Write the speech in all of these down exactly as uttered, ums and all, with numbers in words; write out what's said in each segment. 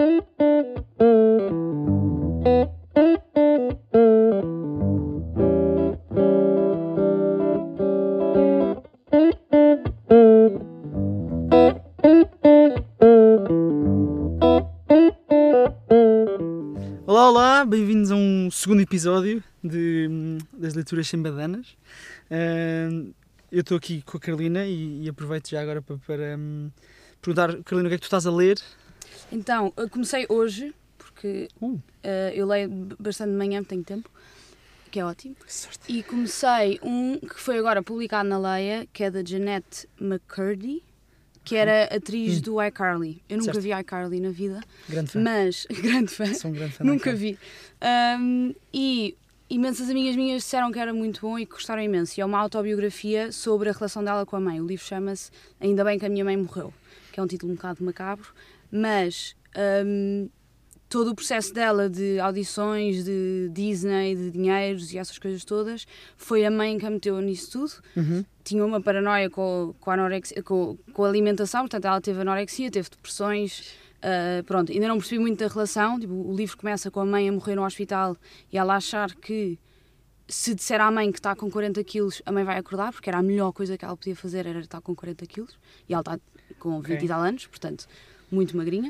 Olá, olá, bem-vindos a um segundo episódio de, das Leituras Sem Badanas. Uh, eu estou aqui com a Carolina e, e aproveito já agora para, para um, perguntar, Carolina, o que é que tu estás a ler? Então, eu comecei hoje, porque uh. Uh, eu leio bastante de manhã, tenho tempo, que é ótimo. E comecei um que foi agora publicado na Leia, que é da Jeanette McCurdy, que era atriz hum. do iCarly. Eu nunca certo. vi iCarly na vida. Grande fã. Mas, grande fã. Sou um grande fã. Nunca vi. Um, e imensas amigas minhas disseram que era muito bom e que gostaram imenso. E é uma autobiografia sobre a relação dela com a mãe. O livro chama-se Ainda Bem que a Minha Mãe Morreu, que é um título um bocado macabro, mas um, todo o processo dela de audições, de Disney, de dinheiros e essas coisas todas, foi a mãe que a meteu nisso tudo. Uhum. Tinha uma paranoia com, com, a anorexia, com, com a alimentação, portanto ela teve anorexia, teve depressões, uh, pronto, ainda não percebi muito da relação. Tipo, o livro começa com a mãe a morrer no hospital e ela achar que se disser à mãe que está com quarenta quilos, a mãe vai acordar, porque era a melhor coisa que ela podia fazer, era estar com quarenta quilos, e ela está com vinte okay. e tal anos, portanto, muito magrinha.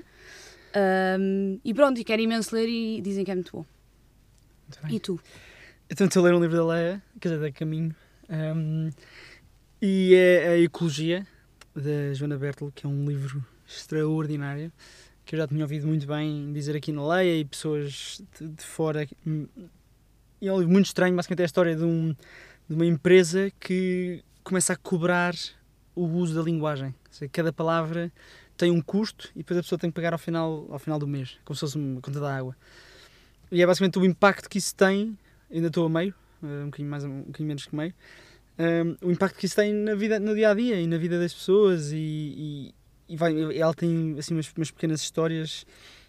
Um, e pronto, e quero imenso ler e dizem que é muito bom. Muito e tu? Então estou a ler um livro da Leia, quer dizer, da Caminho, um, e é a Ecologia, da Joana Bertel, que é um livro extraordinário, que eu já tinha ouvido muito bem dizer aqui na Leia e pessoas de, de fora. E é um livro muito estranho, basicamente é a história de, um, de uma empresa que começa a cobrar o uso da linguagem. Ou seja, cada palavra tem um custo e depois a pessoa tem que pagar ao final, ao final do mês, como se fosse uma conta da água. E é basicamente o impacto que isso tem, ainda estou a meio, um bocadinho, mais, um bocadinho menos que meio, um, o impacto que isso tem na vida, no dia-a-dia e na vida das pessoas, e, e, e vai, ela tem assim, umas, umas pequenas histórias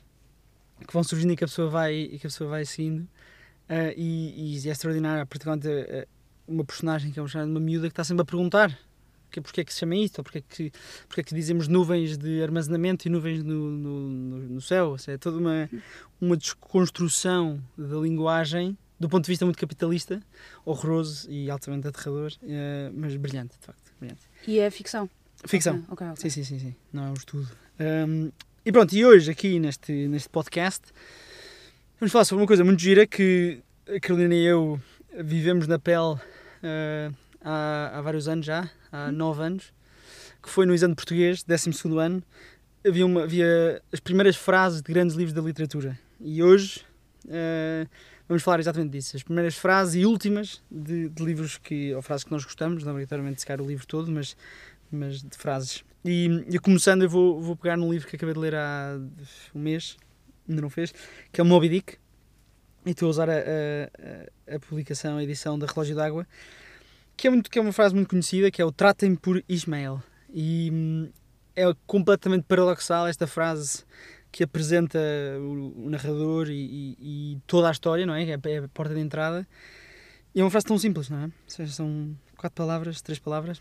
que vão surgindo e que a pessoa vai, e que a pessoa vai seguindo, uh, e, e é extraordinário, particularmente uh, uma personagem que é uma, uma miúda que está sempre a perguntar que, porque é que se chama isto, ou porque é que, porque é que dizemos nuvens de armazenamento e nuvens no, no, no, no céu. Ou seja, é toda uma, uma desconstrução da linguagem do ponto de vista muito capitalista, horroroso e altamente aterrador, uh, mas brilhante, de facto. Brilhante. E é ficção? Ficção. Okay, okay. Sim, sim, sim, sim. Não é um estudo. Um, e pronto, e hoje aqui neste, neste podcast vamos falar sobre uma coisa muito gira que a Carolina e eu vivemos na pele uh, há, há vários anos já, há nove anos, que foi no exame de português, décimo segundo ano. Havia, uma, havia as primeiras frases de grandes livros da literatura. E hoje uh, vamos falar exatamente disso. As primeiras frases e últimas de, de livros que, ou frases que nós gostamos, não obrigatoriamente secar o livro todo, mas, mas de frases. E, e começando, eu vou, vou pegar num livro que acabei de ler há um mês, ainda não fez, que é o Moby Dick. E estou a usar a, a, a publicação, a edição da Relógio d'Água, que é, muito, que é uma frase muito conhecida, que é o tratem por Ismael. E hum, é completamente paradoxal esta frase que apresenta o, o narrador e, e, e toda a história, não é? É, é a porta de entrada. E é uma frase tão simples, não é? Ou seja, são quatro palavras, três palavras.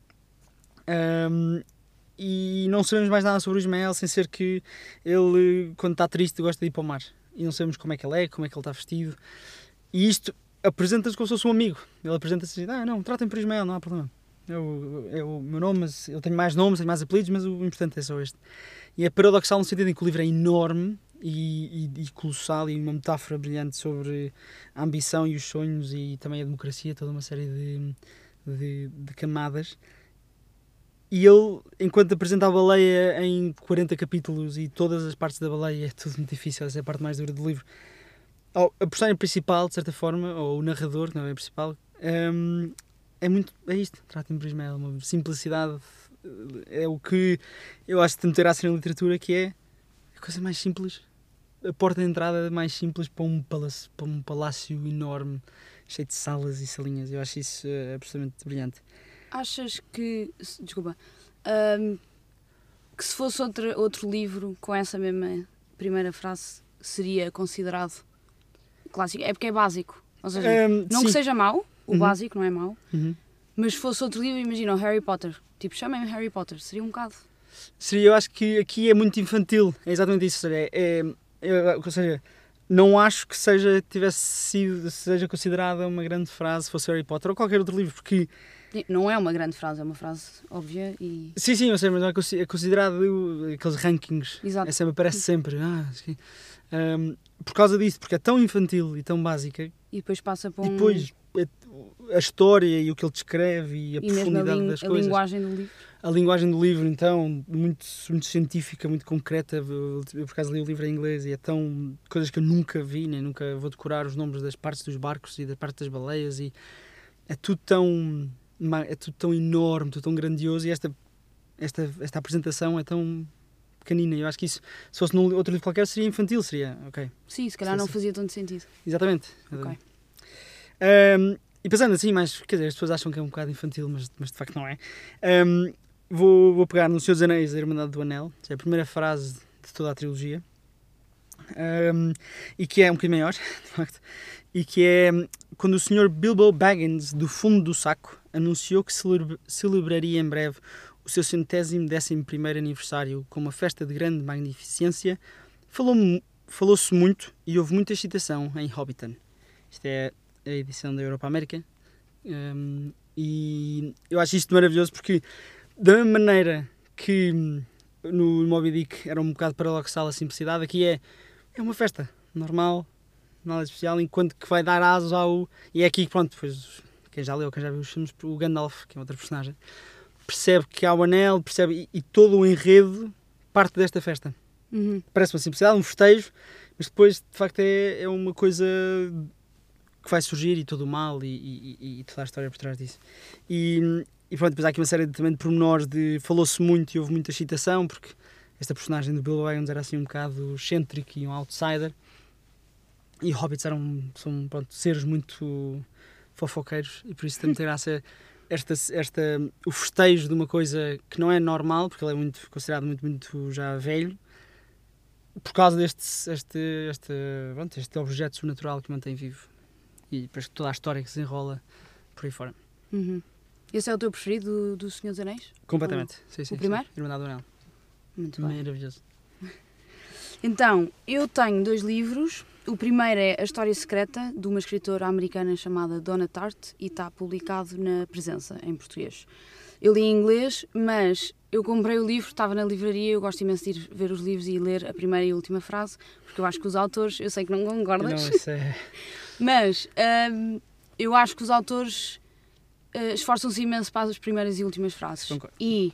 Um, e não sabemos mais nada sobre o Ismael, sem ser que ele, quando está triste, gosta de ir para o mar. E não sabemos como é que ele é, como é que ele está vestido. E isto apresenta-se como se fosse um amigo. Ele apresenta-se assim, ah, não, tratem por Ismael, não há problema. É o, é o meu nome, mas eu tenho mais nomes, tenho mais apelidos, mas o importante é só este. E é paradoxal no sentido em que o livro é enorme e, e, e colossal, e uma metáfora brilhante sobre a ambição e os sonhos e também a democracia, toda uma série de, de, de camadas. E ele, enquanto apresenta a baleia em quarenta capítulos e todas as partes da baleia, é tudo muito difícil, essa é a parte mais dura do livro. A personagem principal, de certa forma, ou o narrador, que não é o principal, um, é muito, é isto, tratem por Ismael, uma simplicidade, é o que eu acho que tem de ter a ser na literatura, que é a coisa mais simples, a porta de entrada mais simples para um palácio, para um palácio enorme, cheio de salas e salinhas. Eu acho isso uh, absolutamente brilhante. Achas que, desculpa, um, que se fosse outro, outro livro com essa mesma primeira frase, seria considerado clássico? É porque é básico, ou seja, um, não sim. que seja mau, o uhum. básico não é mau, uhum. mas se fosse outro livro, imagina o Harry Potter, tipo, chamem-me Harry Potter, seria um bocado... Seria, eu acho que aqui é muito infantil, é exatamente isso. É, é, é, ou seja, não acho que seja, tivesse sido, seja considerada uma grande frase se fosse Harry Potter ou qualquer outro livro, porque... Não é uma grande frase, é uma frase óbvia e... Sim, sim, ou seja, mas não é considerado aqueles rankings. Exato. É sempre, aparece sempre. Ah, um, por causa disso, porque é tão infantil e tão básica. E depois passa para um... E depois a, a história e o que ele descreve e a e profundidade mesmo a das a coisas. A linguagem do livro. A linguagem do livro, então, muito, muito científica, muito concreta. Eu, eu, por acaso, li o livro em inglês e é tão... coisas que eu nunca vi, nem nunca vou decorar os nomes das partes dos barcos e das partes das baleias e é tudo tão... é tudo tão enorme, tudo tão grandioso e esta, esta, esta apresentação é tão pequenina. Eu acho que isso, se fosse num outro livro qualquer, seria infantil, seria, ok. Sim, se calhar sim, não sim. fazia tanto sentido. Exatamente. Ok. Um, e pensando assim, mas, quer dizer, as pessoas acham que é um bocado infantil, mas, mas de facto não é. Um, vou, vou pegar no Senhor dos Anéis, a Irmandade do Anel, que é a primeira frase de toda a trilogia, um, e que é um bocadinho maior, de facto, e que é quando o senhor Bilbo Baggins, do fundo do saco, anunciou que celebraria em breve o seu centésimo décimo primeiro aniversário com uma festa de grande magnificência, falou, falou-se muito e houve muita excitação em Hobbiton. Isto é a edição da Europa América. Um, e eu acho isto maravilhoso porque, da mesma maneira que no Moby Dick era um bocado paradoxal a simplicidade, aqui é, é uma festa normal, nada especial, enquanto que vai dar asas ao... E é aqui que, pronto, depois... quem já leu, quem já viu os filmes, o Gandalf, que é outra personagem, percebe que há o anel, percebe, e, e todo o enredo parte desta festa. Uhum. Parece uma simplicidade, um festejo, mas depois, de facto, é, é uma coisa que vai surgir e todo o mal e, e, e toda a história por trás disso. E, e pronto, depois há aqui uma série de, também de pormenores de... falou-se muito e houve muita excitação, porque esta personagem do Bilbo Baggins era assim um bocado excêntrico e um outsider, e hobbits eram, são, pronto, seres muito... fofoqueiros, e por isso também tem graça esta, esta, o festejo de uma coisa que não é normal, porque ele é muito, considerado muito, muito já velho, por causa deste este, este, pronto, este objeto sobrenatural que mantém vivo e depois toda a história que se enrola por aí fora. Uhum. Esse é o teu preferido do, do Senhor dos Anéis? Completamente. O, sim, sim, o primeiro? Sim. Irmandade do Anel. Muito bem. Maravilhoso. Então, eu tenho dois livros. O primeiro é A História Secreta, de uma escritora americana chamada Donna Tartt, e está publicado na Presença, em português. Eu li em inglês, mas eu comprei o livro, estava na livraria, eu gosto imenso de ir ver os livros e ler a primeira e a última frase, porque eu acho que os autores, eu sei que não concordas, Não, isso é... mas hum, eu acho que os autores uh, esforçam-se imenso para as primeiras e últimas frases. Concordo. E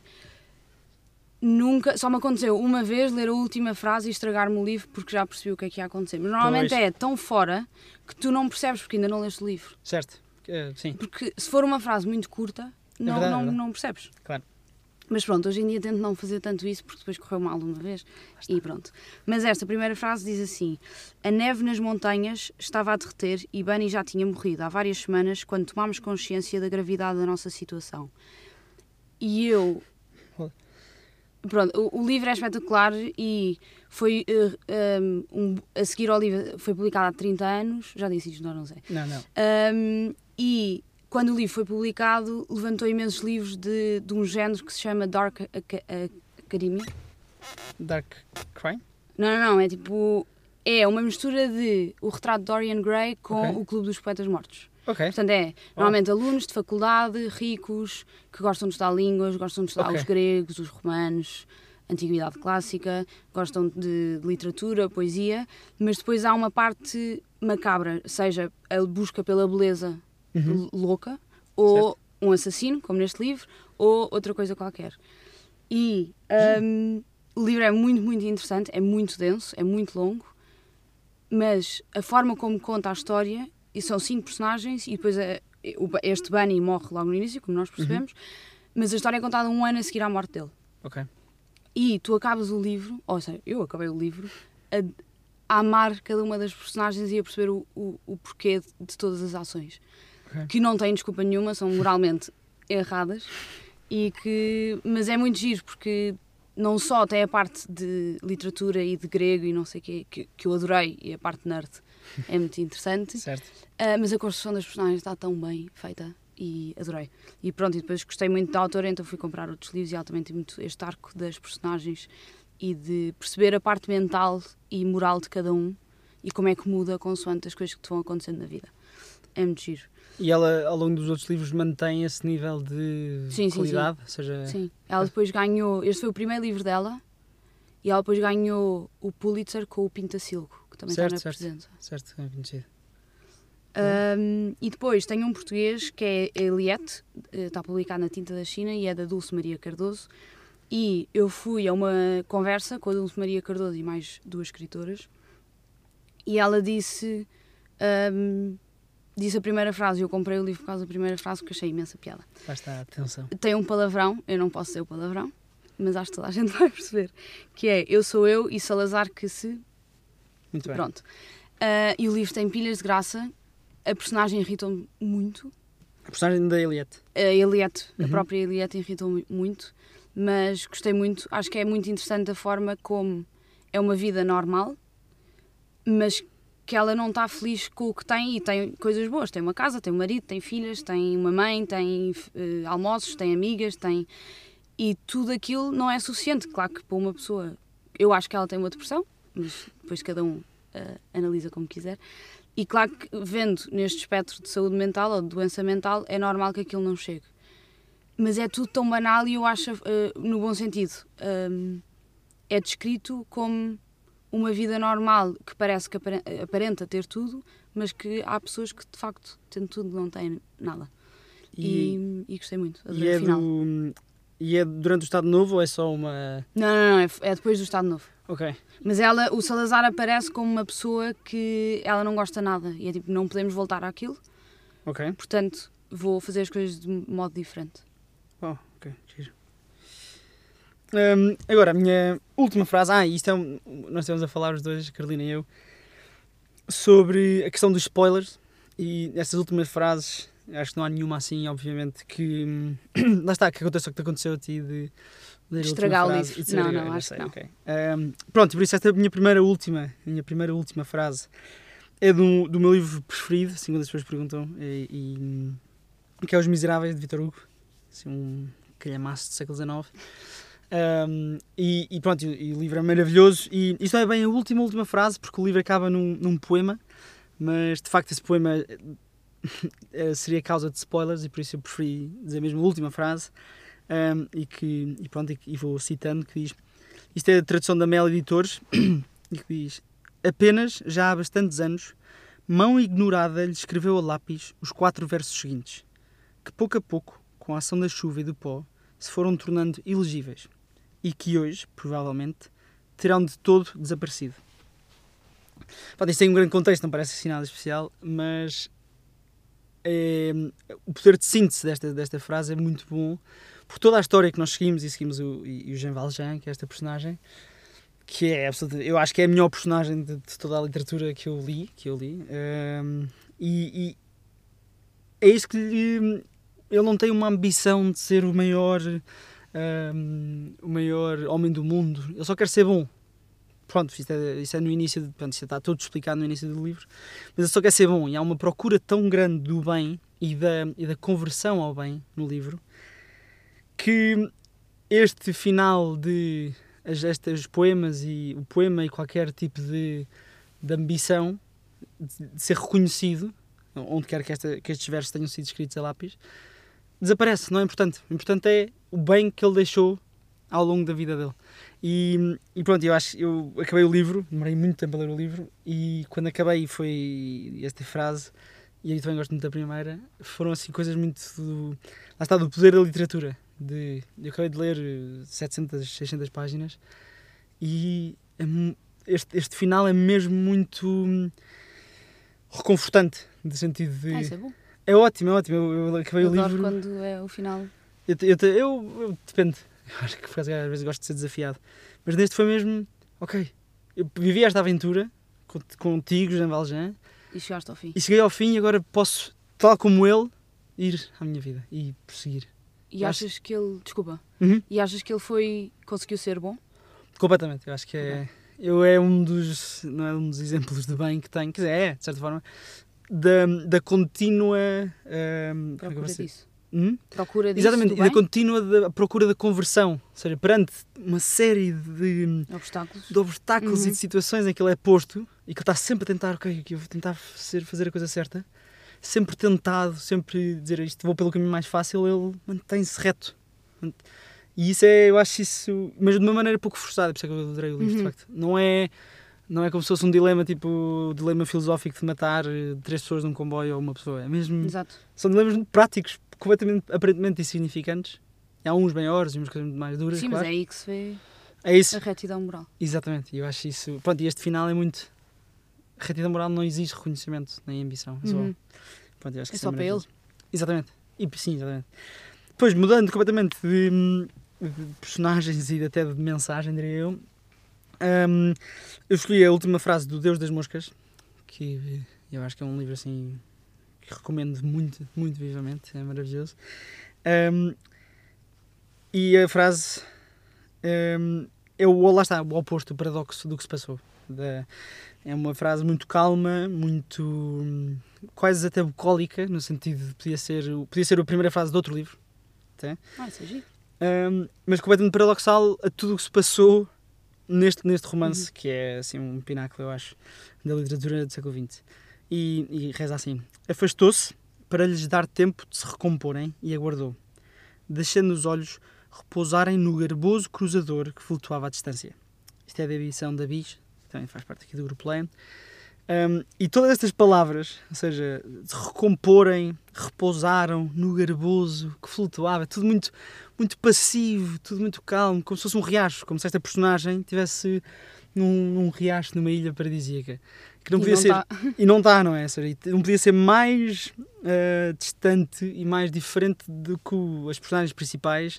nunca, só me aconteceu uma vez ler a última frase e estragar-me o livro porque já percebi o que é que ia acontecer. Mas normalmente Pois. é tão fora que tu não percebes porque ainda não leste o livro. Certo. É, sim. Porque se for uma frase muito curta, não, verdade, não, é verdade. não percebes. Claro. Mas pronto, hoje em dia tento não fazer tanto isso porque depois correu mal uma vez e pronto. Mas esta primeira frase diz assim: a neve nas montanhas estava a derreter e Bunny já tinha morrido há várias semanas quando tomámos consciência da gravidade da nossa situação. E eu... Pronto, o, o livro é espetacular e foi uh, um, um, a seguir ao livro foi publicado há trinta anos, já disse isto, não, não sei. Não, não. Um, e quando o livro foi publicado levantou imensos livros de, de um género que se chama Dark Academia. Dark Crime? Não, não, não, é tipo... É uma mistura de O Retrato de Dorian Gray com Ok. O Clube dos Poetas Mortos. Ok. Portanto, é normalmente alunos de faculdade, ricos, que gostam de estudar línguas, gostam de estudar Ok. os gregos, os romanos, antiguidade clássica, gostam de, de literatura, poesia, mas depois há uma parte macabra, seja a busca pela beleza Uhum. louca, ou um assassino, como neste livro, ou outra coisa qualquer. E um, o livro é muito, muito interessante, é muito denso, é muito longo, mas a forma como conta a história, e são cinco personagens, e depois a, este Bunny morre logo no início, como nós percebemos, uhum. mas a história é contada um ano a seguir à morte dele. Ok. E tu acabas o livro, ou seja, eu acabei o livro, a, a amar cada uma das personagens e a perceber o, o, o porquê de, de todas as ações. Okay. Que não têm desculpa nenhuma, são moralmente erradas, e que, mas é muito giro, porque não só tem a parte de literatura e de grego e não sei o quê, que, que eu adorei, e a parte nerd é muito interessante, Certo. Uh, mas a construção das personagens está tão bem feita. e adorei. E pronto, e depois gostei muito da autora, então fui comprar outros livros e ela também tem muito este arco das personagens e de perceber a parte mental e moral de cada um e como é que muda consoante as coisas que te vão acontecendo na vida. É muito giro. E ela, ao longo dos outros livros, mantém esse nível de sim, qualidade? Sim, sim. Ou seja... sim. Ela depois ganhou... Este foi o primeiro livro dela e ela depois ganhou o Pulitzer com o Pintacilgo, que também certo, está na certo, presença. Certo, é conhecido. Um, e depois tem um português que é Eliette, está publicado na Tinta da China e é da Dulce Maria Cardoso. E eu fui a uma conversa com a Dulce Maria Cardoso e mais duas escritoras e ela disse... Um, Disse a primeira frase, eu comprei o livro por causa da primeira frase porque achei imensa piada. Basta, atenção. Tem um palavrão, eu não posso dizer o palavrão, mas acho que toda a gente vai perceber, que é Eu sou eu e Salazar que se... Muito bem. Pronto. Uh, e o livro tem pilhas de graça, a personagem irritou-me muito. A personagem da Eliette? A Eliette, uhum. a própria Eliette irritou-me muito, mas gostei muito, acho que é muito interessante a forma como é uma vida normal, mas que ela não está feliz com o que tem e tem coisas boas. Tem uma casa, tem um marido, tem filhas, tem uma mãe, tem uh, almoços, tem amigas, tem... E tudo aquilo não é suficiente. Claro que para uma pessoa... Eu acho que ela tem uma depressão, mas depois cada um uh, analisa como quiser. E claro que vendo neste espectro de saúde mental ou de doença mental, é normal que aquilo não chegue. Mas é tudo tão banal e eu acho, uh, no bom sentido, um, é descrito como... uma vida normal que parece que aparenta ter tudo, mas que há pessoas que de facto tendo tudo não têm nada. E, e, e gostei muito. E é, do, e é durante o Estado Novo ou é só uma... Não, não, não, é, é depois do Estado Novo. Ok. Mas ela, o Salazar aparece como uma pessoa que ela não gosta nada e é tipo, não podemos voltar àquilo. Ok. Portanto, vou fazer as coisas de modo diferente. Oh, ok, giro. Um, agora, a minha última frase, ah, isto é um, nós estamos a falar os dois, a Carolina e eu, sobre a questão dos spoilers e essas últimas frases, acho que não há nenhuma assim, obviamente, que lá está, que aconteça o que te aconteceu a ti de ler estragar a o livro. livro. Não, não, acho sei, que não. Okay. Um, pronto, por isso esta é a minha primeira última, a minha primeira última frase é do, do meu livro preferido, assim, quando as pessoas perguntam, e, e que é Os Miseráveis, de Vítor Hugo, assim, um calhamaço do século dezenove. Um, e, e pronto, e, e o livro é maravilhoso e isto não é bem a última, última frase porque o livro acaba num, num poema, mas de facto esse poema seria causa de spoilers e por isso eu preferi dizer mesmo a última frase um, e que e pronto, e, e vou citando, que diz, isto é a tradução da Mel Editores e que diz: apenas já há bastantes anos mão ignorada lhe escreveu a lápis os quatro versos seguintes, que pouco a pouco, com a ação da chuva e do pó, se foram tornando ilegíveis e que hoje, provavelmente, terão de todo desaparecido. Pode, isto tem um grande contexto, não parece assim nada especial, mas é, o poder de síntese desta, desta frase é muito bom, por toda a história que nós seguimos, e seguimos o, e, e o Jean Valjean, que é esta personagem, que é absolutamente, eu acho que é a melhor personagem de, de toda a literatura que eu li, que eu li um, e, e é isso que lhe... Ele não tem uma ambição de ser o maior, um, o maior homem do mundo. Ele só quer ser bom. Pronto, isso é, isso é no início, de, pronto, isso está tudo explicado no início do livro. Mas ele só quer ser bom. E há uma procura tão grande do bem e da, e da conversão ao bem no livro que este final de estes poemas e o poema e qualquer tipo de, de ambição de, de ser reconhecido, onde quer que, esta, que estes versos tenham sido escritos a lápis, desaparece, não é importante. O importante é o bem que ele deixou ao longo da vida dele. E, e pronto, eu acho eu acabei o livro, demorei muito tempo a ler o livro, e quando acabei foi esta frase, e eu também gosto muito da primeira, foram assim coisas muito do, lá está, do poder da literatura. De, eu acabei de ler setecentas, seiscentas páginas e este, este final é mesmo muito reconfortante, no sentido de... Ah, isso é bom. É ótimo, é ótimo. Eu, eu acabei eu o livro... adoro quando é o final. Eu, eu, eu, eu depende. Eu acho que às vezes gosto de ser desafiado. Mas neste foi mesmo... Ok. Eu vivi esta aventura contigo, Jean Valjean. E chegaste ao fim. E cheguei ao fim e agora posso, tal como ele, ir à minha vida e prosseguir. E eu achas acho... que ele... Desculpa. Uhum. E achas que ele foi... Conseguiu ser bom? Completamente. Eu acho que é... Eu é um dos... Não é um dos exemplos de bem que tenho. Quer dizer, é, de certa forma... da, da contínua... Um, Procura disso. Hum? Procura disso, Exatamente, do e da bem? contínua da procura da conversão. Ou seja, perante uma série de, Obstáculos. de obstáculos Uhum. e de situações em que ele é posto e que ele está sempre a tentar, ok, aqui eu vou tentar ser, fazer a coisa certa, sempre tentado, sempre dizer isto, vou pelo caminho mais fácil, ele mantém-se reto. E isso é, eu acho isso, mas de uma maneira pouco forçada, por isso é que eu adorei o livro, Uhum. de facto. Não é, não é como se fosse um dilema, tipo, o dilema filosófico de matar eh, três pessoas num comboio ou uma pessoa. É mesmo, Exato. são dilemas práticos, completamente, aparentemente insignificantes. Há uns maiores e umas coisas muito mais duras, Sim, claro. mas é aí que se vê É isso, a retidão moral. exatamente. E eu acho isso... Pronto, e este final é muito... A retidão moral não exige reconhecimento, nem ambição. É só, Uhum. pronto, eu acho que É isso só para ele. maravilhoso. Exatamente. E, sim, exatamente. Depois, mudando completamente de, de personagens e até de mensagem, diria eu, hum, eu escolhi a última frase do Deus das Moscas, que eu acho que é um livro assim que recomendo muito, muito vivamente, é maravilhoso. Hum, e a frase hum, é o, lá está, o oposto, o paradoxo do que se passou. Da, é uma frase muito calma, muito hum, quase até bucólica, no sentido de podia ser, podia ser a primeira frase de outro livro, até. Ah, isso é giro. Um, mas completamente paradoxal a tudo o que se passou neste, neste romance, Uhum. que é assim um pináculo, eu acho, da literatura do século vinte. E, e reza assim: afastou-se para lhes dar tempo de se recomporem e aguardou, deixando os olhos repousarem no garboso cruzador que flutuava à distância. Isto é da edição da Bis, que também faz parte aqui do grupo Leia. Um, e todas estas palavras, ou seja, se recomporem, repousaram no garboso que flutuava, tudo muito, muito passivo, tudo muito calmo, como se fosse um riacho, como se esta personagem estivesse num, num riacho, numa ilha paradisíaca. Que não E podia não ser, tá. e não está, não é? Ou seja, não podia ser mais uh, distante e mais diferente do que o, as personagens principais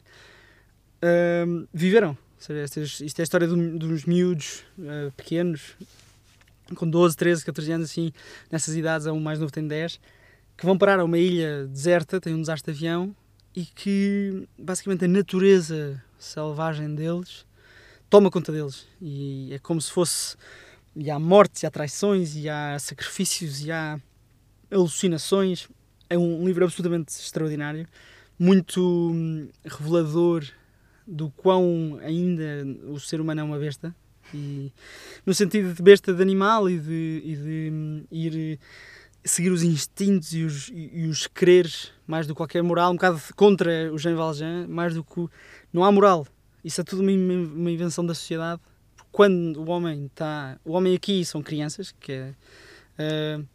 uh, viveram. Ou seja, estas, isto é a história de, dos miúdos uh, pequenos, com doze, treze, catorze anos, assim, nessas idades, um mais novo tem dez, que vão parar a uma ilha deserta, tem um desastre de avião, e que, basicamente, a natureza selvagem deles toma conta deles. E é como se fosse... E há mortes, e há traições, e há sacrifícios, e há alucinações. É um livro absolutamente extraordinário, muito hum, revelador do quão ainda o ser humano é uma besta. E, no sentido de besta de animal e de, e de hum, ir seguir os instintos e os, e, e os quereres mais do que qualquer moral, um bocado contra o Jean Valjean, mais do que... Não há moral. Isso é tudo uma, uma invenção da sociedade. Quando o homem está... O homem aqui são crianças, que é... Uh,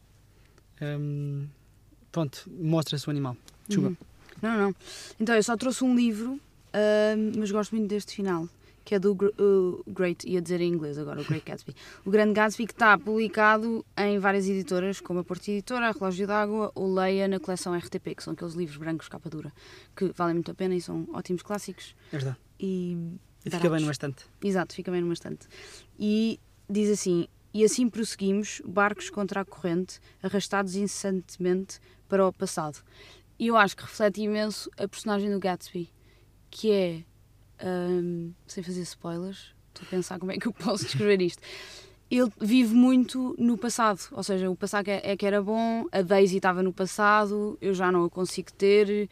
um, pronto, mostra-se o animal. Desculpa. Uhum. Não, não. Então, eu só trouxe um livro, uh, mas gosto muito deste final, que é do uh, Great, ia dizer em inglês agora, o Great Gatsby. O Grande Gatsby, que está publicado em várias editoras, como a Porta Editora, a Relógio d'Água ou Leia na coleção R T P, que são aqueles livros brancos capa dura, que valem muito a pena e são ótimos clássicos. É verdade. E, e fica bem numa estante. Exato, fica bem numa estante. E diz assim: e assim prosseguimos, barcos contra a corrente, arrastados incessantemente para o passado. E eu acho que reflete imenso a personagem do Gatsby, que é, um, sem fazer spoilers, estou a pensar como é que eu posso descrever isto. Ele vive muito no passado, ou seja, o passado é que era bom, a Daisy estava no passado, eu já não a consigo ter,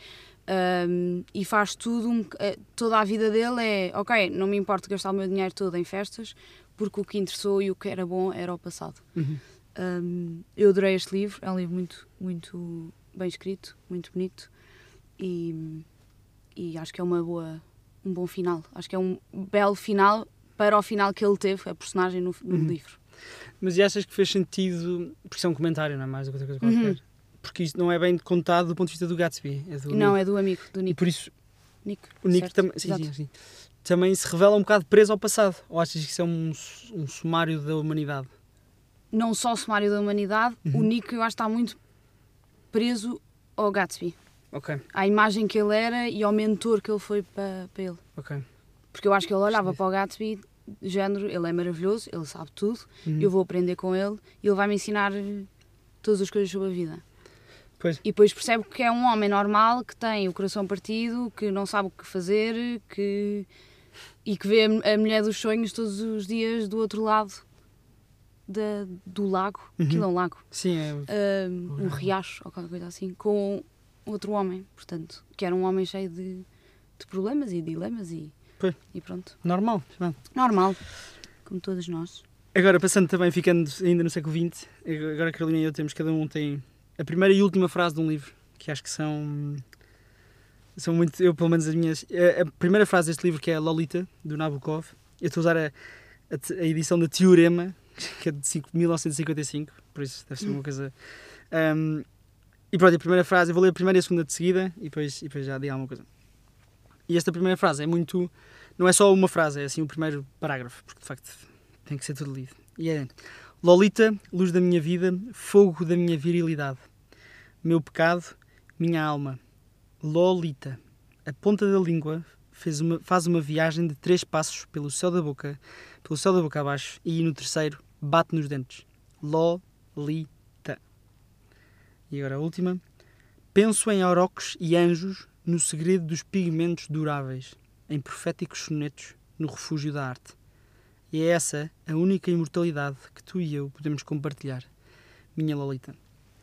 um, e faz tudo, toda a vida dele é, ok, não me importa gastar o meu dinheiro todo em festas, porque o que interessou e o que era bom era o passado. Uhum. Um, eu adorei este livro, é um livro muito, muito bem escrito, muito bonito, e, e acho que é uma boa, um bom final. Acho que é um belo final para o final que ele teve, a personagem no, no uhum. livro. Mas e achas que fez sentido, porque isso é um comentário, não é mais do que outra coisa qualquer, uhum. porque isto não é bem contado do ponto de vista do Gatsby, é do Não, Nick. é do amigo, do Nick. E por isso Nick, o Nick tam- sim, sim, sim. também se revela um bocado preso ao passado, ou achas que isso é um, um sumário da humanidade? Não só o sumário da humanidade, uhum. o Nick eu acho que está muito preso ao Gatsby. Okay. À imagem que ele era e ao mentor que ele foi para, para ele. Okay. Porque eu acho que ele olhava para o Gatsby, género, ele é maravilhoso, ele sabe tudo, uhum. eu vou aprender com ele e ele vai me ensinar todas as coisas sobre a vida. Pois. E depois percebe que é um homem normal, que tem o coração partido, que não sabe o que fazer, que... e que vê a mulher dos sonhos todos os dias do outro lado da, do lago, Uhum. aquilo é um lago, Sim, é... um, um riacho ou qualquer coisa assim, com outro homem, portanto, que era um homem cheio de, de problemas e dilemas e, e pronto. normal. Não. Normal, como todos nós. Agora, passando também, ficando ainda no século vinte, agora a Carolina e eu temos, cada um tem a primeira e última frase de um livro, que acho que são, são muito, eu pelo menos as minhas, a, a primeira frase deste livro, que é a Lolita, do Nabokov, eu estou a usar a, a, a edição da Teorema, que é de mil novecentos e cinquenta e cinco, por isso deve ser uma coisa... Um, e pronto, a primeira frase, eu vou ler a primeira e a segunda de seguida, e depois, e depois já digo alguma coisa. E esta primeira frase é muito... Não é só uma frase, é assim o primeiro parágrafo, porque de facto tem que ser tudo lido. E é: Lolita, luz da minha vida, fogo da minha virilidade. Meu pecado, minha alma. Lolita, a ponta da língua fez uma, faz uma viagem de três passos pelo céu da boca, pelo céu da boca abaixo, e no terceiro bate nos dentes. Lolita. E agora a última. Penso em aurochos e anjos no segredo dos pigmentos duráveis, em proféticos sonetos no refúgio da arte. E é essa a única imortalidade que tu e eu podemos compartilhar, minha Lolita.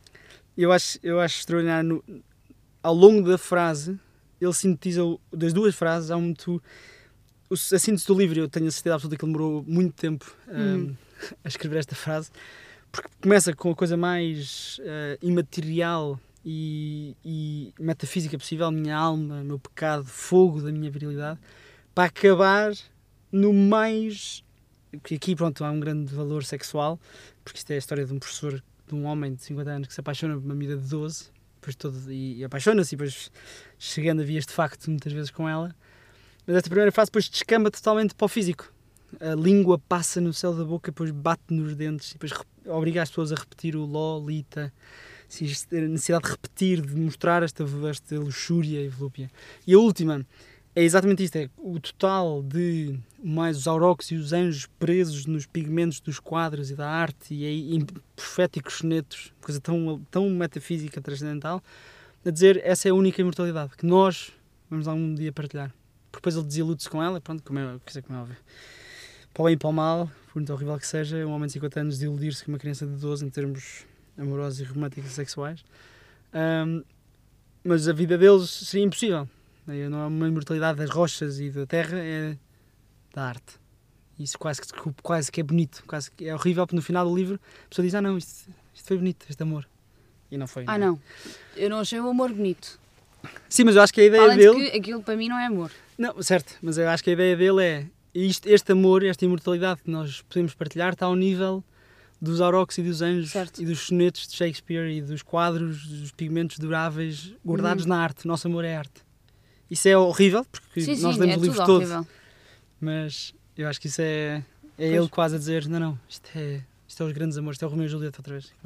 Eu acho, eu acho extraordinário, no, ao longo da frase, ele sintetiza, das duas frases, há muito... A síntese do livro, eu tenho a certeza absoluta que ele demorou muito tempo um, hum. a escrever esta frase, porque começa com a coisa mais uh, imaterial e, e metafísica possível, minha alma, meu pecado, fogo da minha virilidade, para acabar no mais... Porque aqui, pronto, há um grande valor sexual, porque isto é a história de um professor, de um homem de cinquenta anos que se apaixona por uma miúda de doze, depois todo, e, e apaixona-se, e depois chegando a vias de facto muitas vezes com ela. Mas esta primeira fase depois descamba totalmente para o físico. A língua passa no céu da boca, depois bate nos dentes, e depois obriga as pessoas a repetir o Lolita. Assim, a necessidade de repetir, de mostrar esta, esta luxúria e volúpia. E a última é exatamente isto, é o total de mais os aurochos e os anjos presos nos pigmentos dos quadros e da arte e em proféticos sonetos, coisa tão, tão metafísica, transcendental, a dizer essa é a única imortalidade que nós vamos algum dia partilhar. Porque depois ele desilude-se com ela, pronto, como é, como é óbvio. Para o bem e para o mal, por muito horrível que seja, um homem de cinquenta anos desiludir-se com uma criança de doze em termos amorosos e românticos e sexuais. Um, mas a vida deles seria impossível. Não é uma imortalidade das rochas e da terra, é da arte. Isso quase que, quase que é bonito, quase que é horrível, porque no final do livro a pessoa diz, ah não, isto, isto foi bonito, este amor. E não foi. Ah não, eu não achei o amor bonito. Sim, mas eu acho que a ideia Além dele... de que aquilo para mim não é amor. Não, certo, mas eu acho que a ideia dele é, isto, este amor, esta imortalidade que nós podemos partilhar está ao nível dos aurochos e dos anjos, certo, e dos sonetos de Shakespeare e dos quadros, dos pigmentos duráveis guardados hum. na arte. Nosso amor é arte. Isso é horrível, porque sim, nós sim, lemos é o livro tudo todo. Horrível. Mas eu acho que isso é, é ele quase a dizer, não, não, isto é, isto é os grandes amores, isto é o Romeu e a Julieta outra vez.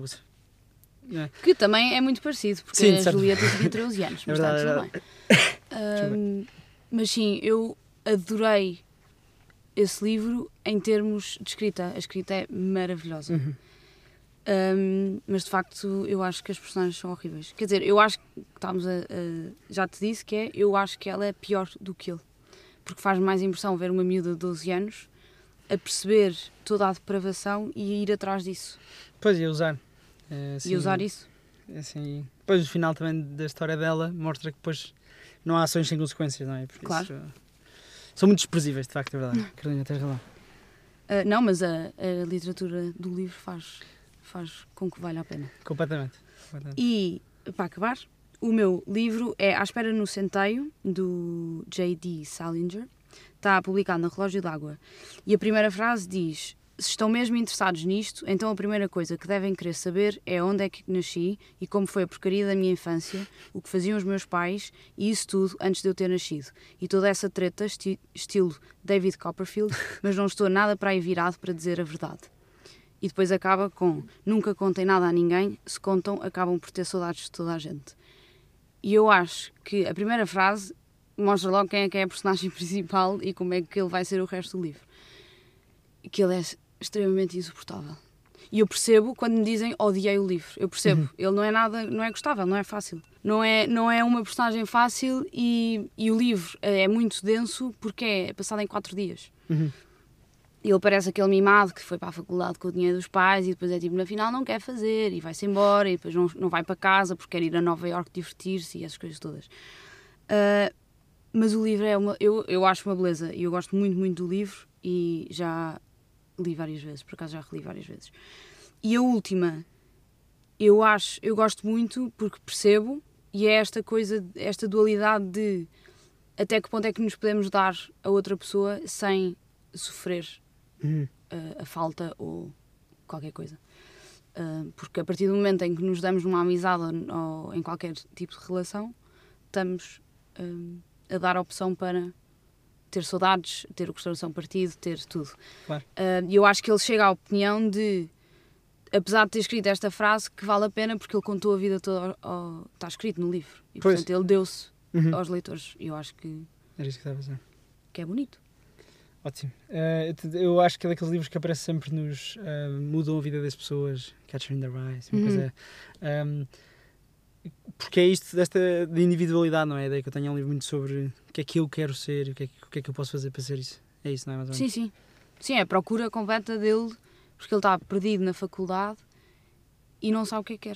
É. Que também é muito parecido, porque sim, a certo. Julieta tinha treze anos, mas é verdade, está tudo bem. um, mas sim, eu adorei esse livro em termos de escrita. A escrita é maravilhosa. Uhum. Um, mas de facto eu acho que as personagens são horríveis. Quer dizer, eu acho que estamos a, a, já te disse que é, eu acho que ela é pior do que ele, porque faz mais impressão ver uma miúda de doze anos a perceber toda a depravação e a ir atrás disso. Pois, e usar é, assim, e usar isso assim, depois o final também da história dela mostra que depois não há ações sem consequências, não é? Porque claro. Isso, são muito desprezíveis, de facto, é verdade. Carolina, tens razão. Uh, não, mas a, a literatura do livro faz faz com que valha a pena. Completamente. Completamente. E, para acabar, o meu livro é À Espera no Centeio, do J D Salinger. Está publicado na Relógio d'Água. E a primeira frase diz: se estão mesmo interessados nisto, então a primeira coisa que devem querer saber é onde é que nasci e como foi a porcaria da minha infância, o que faziam os meus pais e isso tudo antes de eu ter nascido. E toda essa treta, esti- estilo David Copperfield, mas não estou nada para aí virado para dizer a verdade. E depois acaba com: nunca contem nada a ninguém, se contam acabam por ter saudades de toda a gente. E eu acho que a primeira frase mostra logo quem é que é a personagem principal e como é que ele vai ser o resto do livro. Que ele é extremamente insuportável. E eu percebo quando me dizem odiei o livro. Eu percebo. Uhum. Ele não é nada, não é gostável, não é fácil. Não é, não é uma personagem fácil e, e o livro é muito denso porque é passado em quatro dias. Uhum. ele parece aquele mimado que foi para a faculdade com o dinheiro dos pais e depois é tipo, na final não quer fazer e vai-se embora e depois não, não vai para casa porque quer ir a Nova Iorque divertir-se e essas coisas todas. Uh, mas o livro é uma... Eu, eu acho uma beleza e eu gosto muito, muito do livro e já li várias vezes, por acaso já reli várias vezes. E a última, eu acho, eu gosto muito porque percebo e é esta coisa, esta dualidade de até que ponto é que nos podemos dar a outra pessoa sem sofrer Uhum. a, a falta ou qualquer coisa. Uh, porque a partir do momento em que nos damos numa amizade ou, ou em qualquer tipo de relação, estamos um, a dar a opção para ter saudades, ter o coração partido, ter tudo. Claro. Uh, e eu acho que ele chega à opinião de, apesar de ter escrito esta frase, que vale a pena porque ele contou a vida toda, ao, ao, está escrito no livro. E Pois. portanto ele deu-se Uhum. aos leitores. E eu acho que, Era isso que estava a dizer. que é bonito. Ótimo. Uh, eu acho que é daqueles livros que aparecem sempre nos... Uh, mudam a vida das pessoas. Catcher in the Rye, uma Uhum. coisa... Um, porque é isto desta de individualidade, não é? A ideia que eu tenho é um livro muito sobre o que é que eu quero ser, o que é que, o que, é que eu posso fazer para ser isso. É isso, não é? Mais ou menos? Sim, sim. Sim, é a procura completa dele, porque ele está perdido na faculdade e não sabe o que é que quer.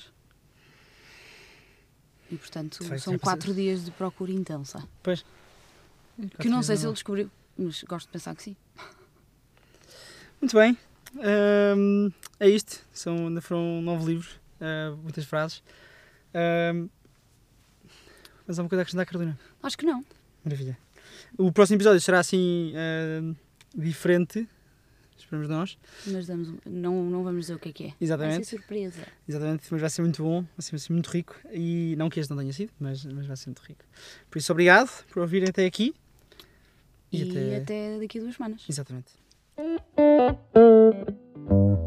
E portanto De facto, são já quatro dias de procura intensa. Pois. Que não sei se ele descobriu, mas gosto de pensar que sim. Muito bem. Um, é isto. São, ainda foram nove livros, uh, muitas frases. Um, mas há uma coisa a acrescentar, Carolina? Acho que não. Maravilha. O próximo episódio será assim uh, diferente, esperamos nós. Mas damos, não, não vamos dizer o que é que é. Exatamente. Vai ser surpresa. Exatamente, mas vai ser muito bom, vai ser, vai ser muito rico. E não que este não tenha sido, mas, mas vai ser muito rico. Por isso, obrigado por ouvirem até aqui. E, e até... até daqui a duas semanas. Exatamente.